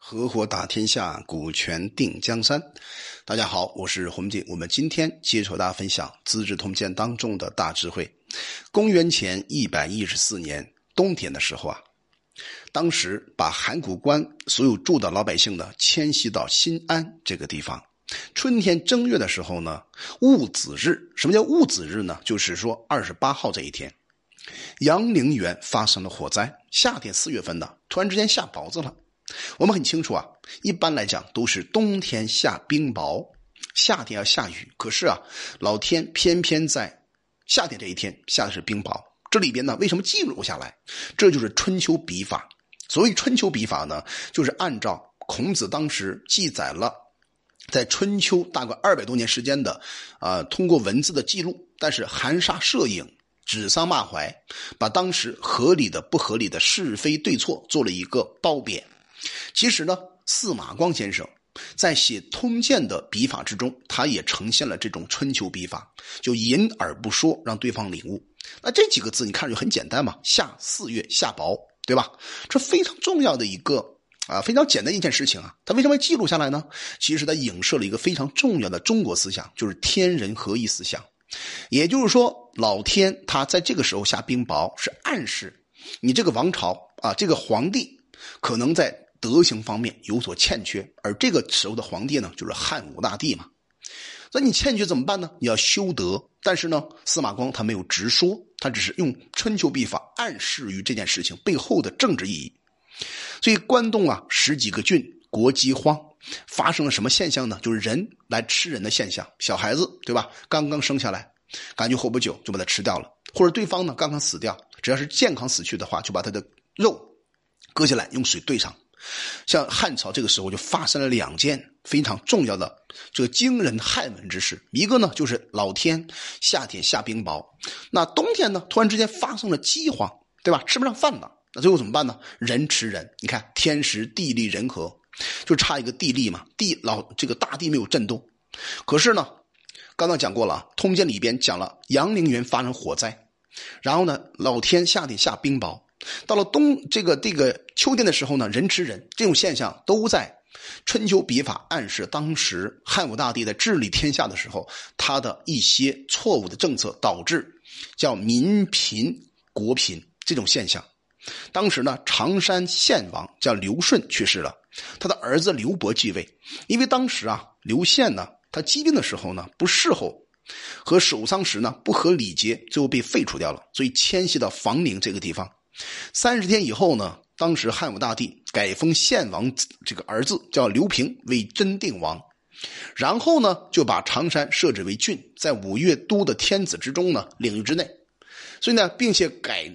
合伙打天下，股权定江山。大家好，我是洪锦。我们今天接着和大家分享《资治通鉴》当中的大智慧。公元前114年冬天的时候当时把函谷关所有住的老百姓呢迁徙到新安这个地方。春天正月的时候呢，戊子日。什么叫戊子日呢？就是说28号这一天，阳陵园发生了火灾。夏天4月份呢，突然之间下雹子了。我们很清楚一般来讲都是冬天下冰雹，夏天要下雨。可是老天偏偏在夏天这一天下的是冰雹。这里边呢，为什么记录下来？这就是春秋笔法。所谓春秋笔法呢，就是按照孔子当时记载了在春秋大概200多年时间的通过文字的记录，但是含沙射影，指桑骂槐，把当时合理的不合理的是非对错做了一个褒贬。其实呢，司马光先生在写通鉴的笔法之中，他也呈现了这种春秋笔法，就隐而不说，让对方领悟。那这几个字你看着就很简单嘛，夏4月下雹，对吧？这非常重要的一个非常简单的一件事情他为什么要记录下来呢？其实它影射了一个非常重要的中国思想，就是天人合一思想。也就是说，老天他在这个时候下冰雹，是暗示你这个王朝这个皇帝可能在德行方面有所欠缺。而这个时候的皇帝呢，就是汉武大帝嘛。那你欠缺怎么办呢？你要修德。但是呢，司马光他没有直说，他只是用春秋笔法暗示于这件事情背后的政治意义。所以关东10几个郡国饥荒，发生了什么现象呢？就是人来吃人的现象。小孩子对吧，刚刚生下来，感觉活不久就把它吃掉了，或者对方呢刚刚死掉，只要是健康死去的话，就把他的肉割下来用水兑上。像汉朝这个时候就发生了2件非常重要的这个惊人骇闻之事。一个呢，就是老天夏天下冰雹，那冬天呢突然之间发生了饥荒，对吧？吃不上饭了。那最后怎么办呢？人吃人。你看天时地利人和，就差一个地利嘛，这个大地没有震动。可是呢，刚刚讲过了通鉴里边讲了阳陵园发生火灾，然后呢老天夏天下冰雹，到了这个秋天的时候呢，人吃人。这种现象都在春秋笔法暗示当时汉武大帝在治理天下的时候，他的一些错误的政策导致叫民贫国贫这种现象。当时呢，常山献王叫刘顺去世了，他的儿子刘伯继位。因为当时刘宪呢，他疾病的时候呢不侍候和守丧时呢不合礼节，最后被废除掉了，所以迁徙到房陵这个地方。30天以后呢，当时汉武大帝改封献王这个儿子叫刘平为真定王，然后呢就把常山设置为郡，在5月都的天子之中呢领域之内。所以呢，并且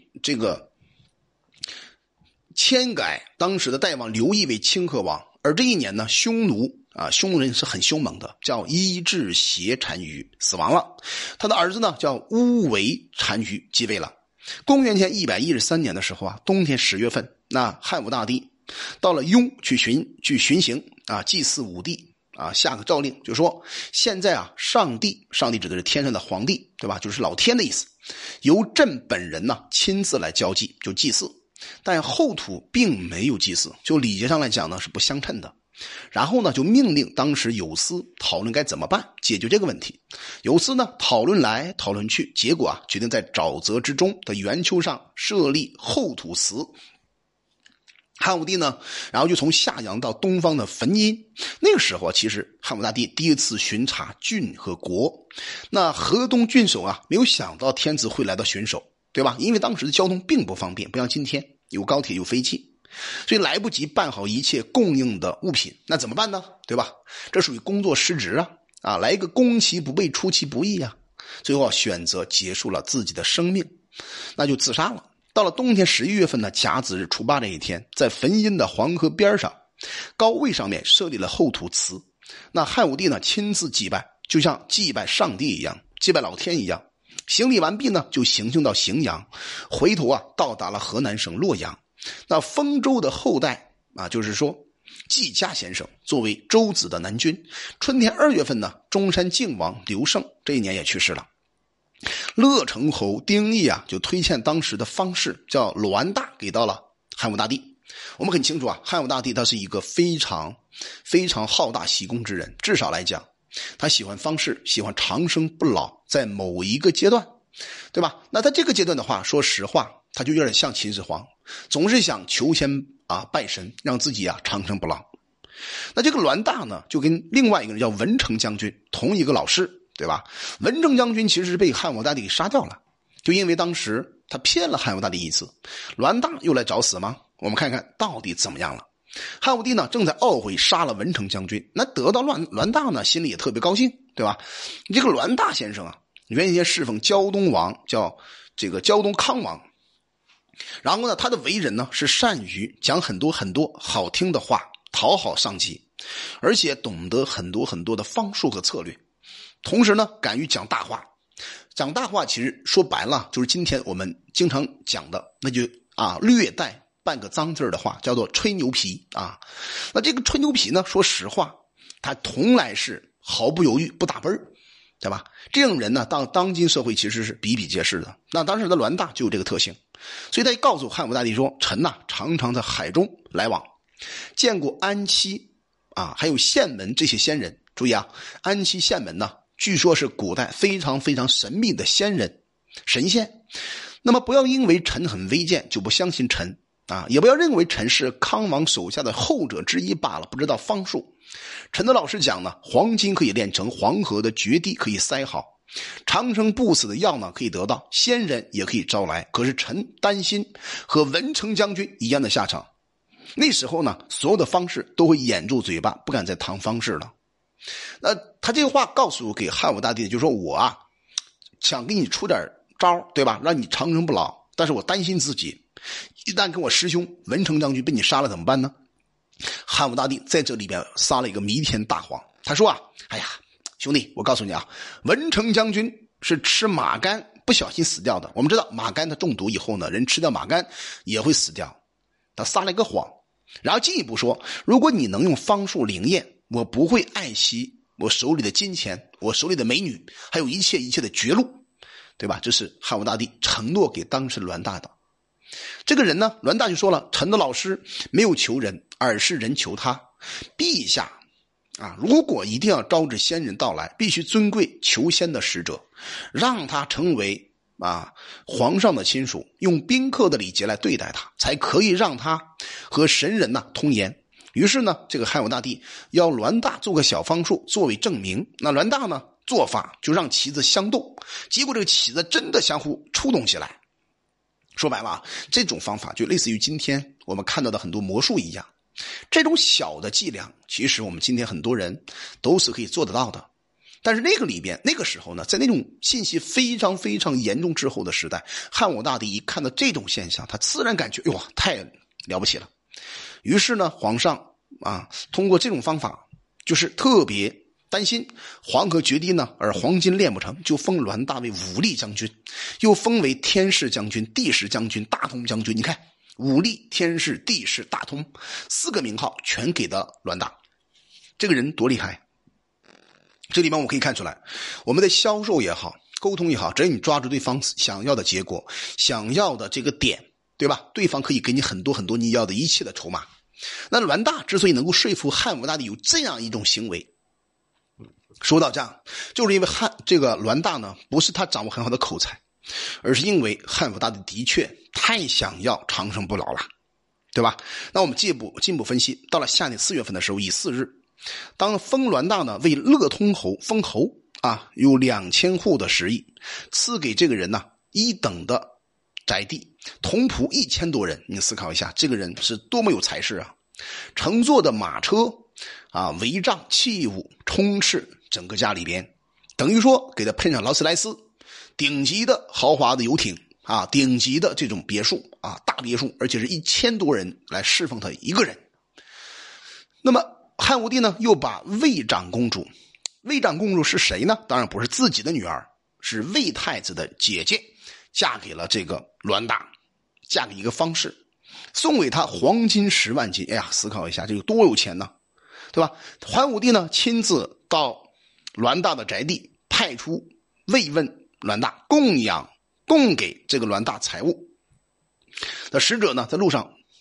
迁改当时的代王刘毅为清河王。而这一年呢，匈奴人是很凶猛的，叫伊稚邪单于死亡了，他的儿子呢叫乌维单于继位了。公元前113年的时候冬天10月份，那汉武大帝到了雍去巡行祭祀武帝下个诏令，就说现在上帝指的是天上的皇帝，对吧？就是老天的意思，由朕本人呢亲自来交祭，就祭祀。但后土并没有祭祀，就礼节上来讲呢是不相称的。然后呢就命令当时有司讨论该怎么办解决这个问题。有司呢讨论来讨论去，结果决定在沼泽之中的圆丘上设立后土祠。汉武帝呢，然后就从夏阳到东方的汾阴。那个时候其实汉武大帝第一次巡查郡和国。那河东郡守没有想到天子会来到巡守，对吧？因为当时的交通并不方便，不像今天有高铁有飞机，所以来不及办好一切供应的物品。那怎么办呢？对吧？这属于工作失职来一个攻其不备出其不意最后选择结束了自己的生命，那就自杀了。到了冬天11月份的甲子日初8这一天，在汾阴的黄河边上高位上面设立了后土祠。那汉武帝呢亲自祭拜，就像祭拜上帝一样，祭拜老天一样。行礼完毕呢，就行经到荥阳，回头到达了河南省洛阳。那丰州的后代就是说季嘉先生作为周子的南君。春天2月份呢，中山靖王刘胜这一年也去世了。乐成侯丁义就推荐当时的方士叫栾大给到了汉武大帝， 我们很清楚啊，汉武大帝他是一个非常非常好大喜功之人，至少来讲他喜欢方士，喜欢长生不老，在某一个阶段，对吧？那他这个阶段的话，说实话他就有点像秦始皇，总是想求仙拜神，让自己长生不老。那这个栾大呢，就跟另外一个人叫文成将军同一个老师，对吧？文成将军其实是被汉武大帝给杀掉了，就因为当时他骗了汉武大帝一次，栾大又来找死吗？我们看看到底怎么样了。汉武帝呢正在懊悔杀了文成将军，那得到栾大呢心里也特别高兴，对吧？这个栾大先生啊，原先侍奉胶东王，叫这个胶东康王。然后呢，他的为人呢是善于讲很多很多好听的话，讨好上级，而且懂得很多很多的方术和策略，同时呢敢于讲大话。讲大话其实说白了就是今天我们经常讲的，那就略带半个脏字的话，叫做吹牛皮啊。那这个吹牛皮呢，说实话他从来是毫不犹豫不打奔，对吧？这种人呢当今社会其实是比比皆是的。那当时的栾大就有这个特性，所以他告诉汉武大帝说，臣常常在海中来往，见过安七还有县门这些仙人。注意安七县门呢据说是古代非常非常神秘的仙人神仙。那么不要因为臣很微贱就不相信臣也不要认为臣是康王手下的后者之一罢了，不知道方术。臣的老师讲呢，黄金可以炼成，黄河的决堤可以塞好，长生不死的药呢可以得到，仙人也可以招来。可是臣担心和文成将军一样的下场。那时候呢，所有的方士都会掩住嘴巴，不敢再谈方士了。那他这个话告诉给汉武大帝，就是说我想给你出点招，对吧？让你长生不老，但是我担心自己一旦跟我师兄文成将军被你杀了怎么办呢？汉武大帝在这里边撒了一个弥天大谎，他说哎呀，兄弟，我告诉你文成将军是吃马肝不小心死掉的。我们知道马肝它中毒以后呢，人吃掉马肝也会死掉。他撒了一个谎，然后进一步说，如果你能用方术灵验，我不会爱惜我手里的金钱，我手里的美女，还有一切一切的绝路，对吧？这是汉武大帝承诺给当时栾大的。这个人呢，栾大就说了，臣的老师没有求人，而是人求他。陛下如果一定要招致仙人到来，必须尊贵求仙的使者，让他成为皇上的亲属，用宾客的礼节来对待他，才可以让他和神人通言。于是呢，这个汉武大帝要栾大做个小方术作为证明。那栾大呢做法就让旗子相动，结果这个旗子真的相互触动起来。说白了这种方法就类似于今天我们看到的很多魔术一样。这种小的伎俩其实我们今天很多人都是可以做得到的。但是那个时候呢，在那种信息非常非常严重滞后的时代，汉武大帝一看到这种现象，他自然感觉太了不起了。于是呢，皇上通过这种方法，就是特别担心黄河决堤呢，而黄金炼不成，就封栾大为武力将军，又封为天士将军、地士将军、大通将军。你看，武力、天士、地士、大通4个名号全给的栾大。这个人多厉害！这里面我们可以看出来，我们的销售也好，沟通也好，只要你抓住对方想要的结果，想要的这个点，对吧？对方可以给你很多很多你要的一切的筹码。那栾大之所以能够说服汉武大帝有这样一种行为，说到这样，就是因为这个栾大呢，不是他掌握很好的口才，而是因为汉武大帝的确太想要长生不老了，对吧？那我们进一步分析，到了夏年4月份的时候，乙巳日，当封栾大呢为乐通侯封侯有2000户的食邑，赐给这个人呢1等的宅地，同仆1000多人。你思考一下，这个人是多么有才识乘坐的马车帷帐器物充斥整个家里边，等于说给他配上劳斯莱斯顶级的豪华的游艇顶级的这种别墅大别墅，而且是1000多人来侍奉他一个人。那么汉武帝呢又把魏长公主是谁呢？当然不是自己的女儿，是魏太子的姐姐，嫁给了这个栾大，嫁给一个方士，送给他黄金10万斤。哎呀，思考一下，这个多有钱呢，对吧？汉武帝呢亲自到栾大的宅地，派出慰问栾大，供给这个栾大财物。那使者呢在路上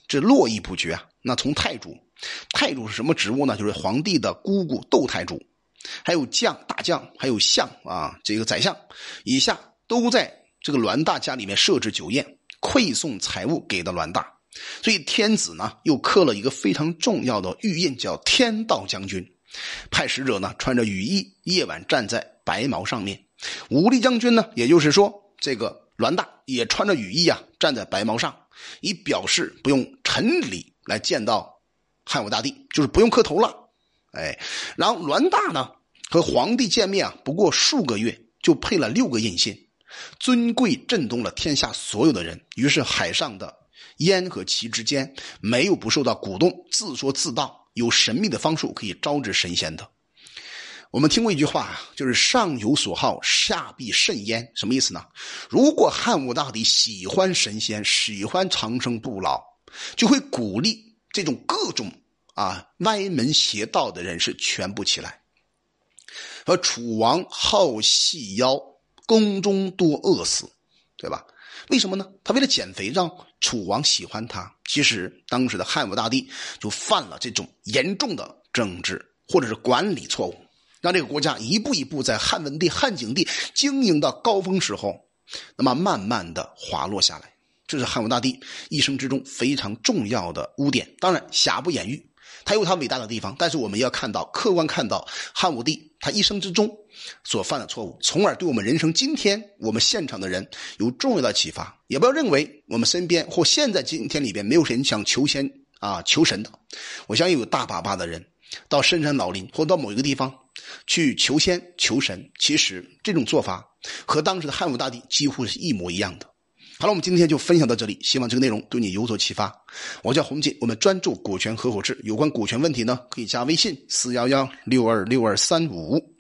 这络绎不绝啊。那从太主是什么职务呢？就是皇帝的姑姑窦太主，还有大将，还有相啊，这个宰相以下都在这个栾大家里面设置酒宴，馈送财物给的栾大。所以天子呢又刻了一个非常重要的玉印，叫天道将军，派使者呢穿着羽衣，夜晚站在白毛上面。武力将军呢，也就是说这个栾大也穿着羽衣啊，站在白毛上，以表示不用陈礼来见到汉武大帝，就是不用磕头了。然后栾大呢和皇帝见面啊，不过数个月就配了6个印信，尊贵震动了天下所有的人。于是海上的燕和齐之间没有不受到鼓动，自说自道，有神秘的方术可以招致神仙的。我们听过一句话，就是上有所好，下必甚焉。什么意思呢？如果汉武大帝喜欢神仙，喜欢长生不老，就会鼓励这种各种歪门邪道的人士全部起来。而楚王好细腰，宫中多饿死，对吧？为什么呢？他为了减肥，让楚王喜欢他。其实当时的汉武大帝就犯了这种严重的政治或者是管理错误，让这个国家一步一步在汉文帝、汉景帝经营到高峰时候，那么慢慢的滑落下来。这是汉武大帝一生之中非常重要的污点。当然瑕不掩瑜，他有他伟大的地方，但是我们要客观看到汉武帝他一生之中所犯的错误，从而对我们人生今天我们现场的人有重要的启发。也不要认为我们身边或现在今天里边没有人想求仙求神的，我相信有大把的人到深山老林或到某一个地方去求仙求神，其实这种做法和当时的汉武大帝几乎是一模一样的。好了，我们今天就分享到这里，希望这个内容对你有所启发。我叫洪锦，我们专注股权合伙制，有关股权问题呢，可以加微信411626235。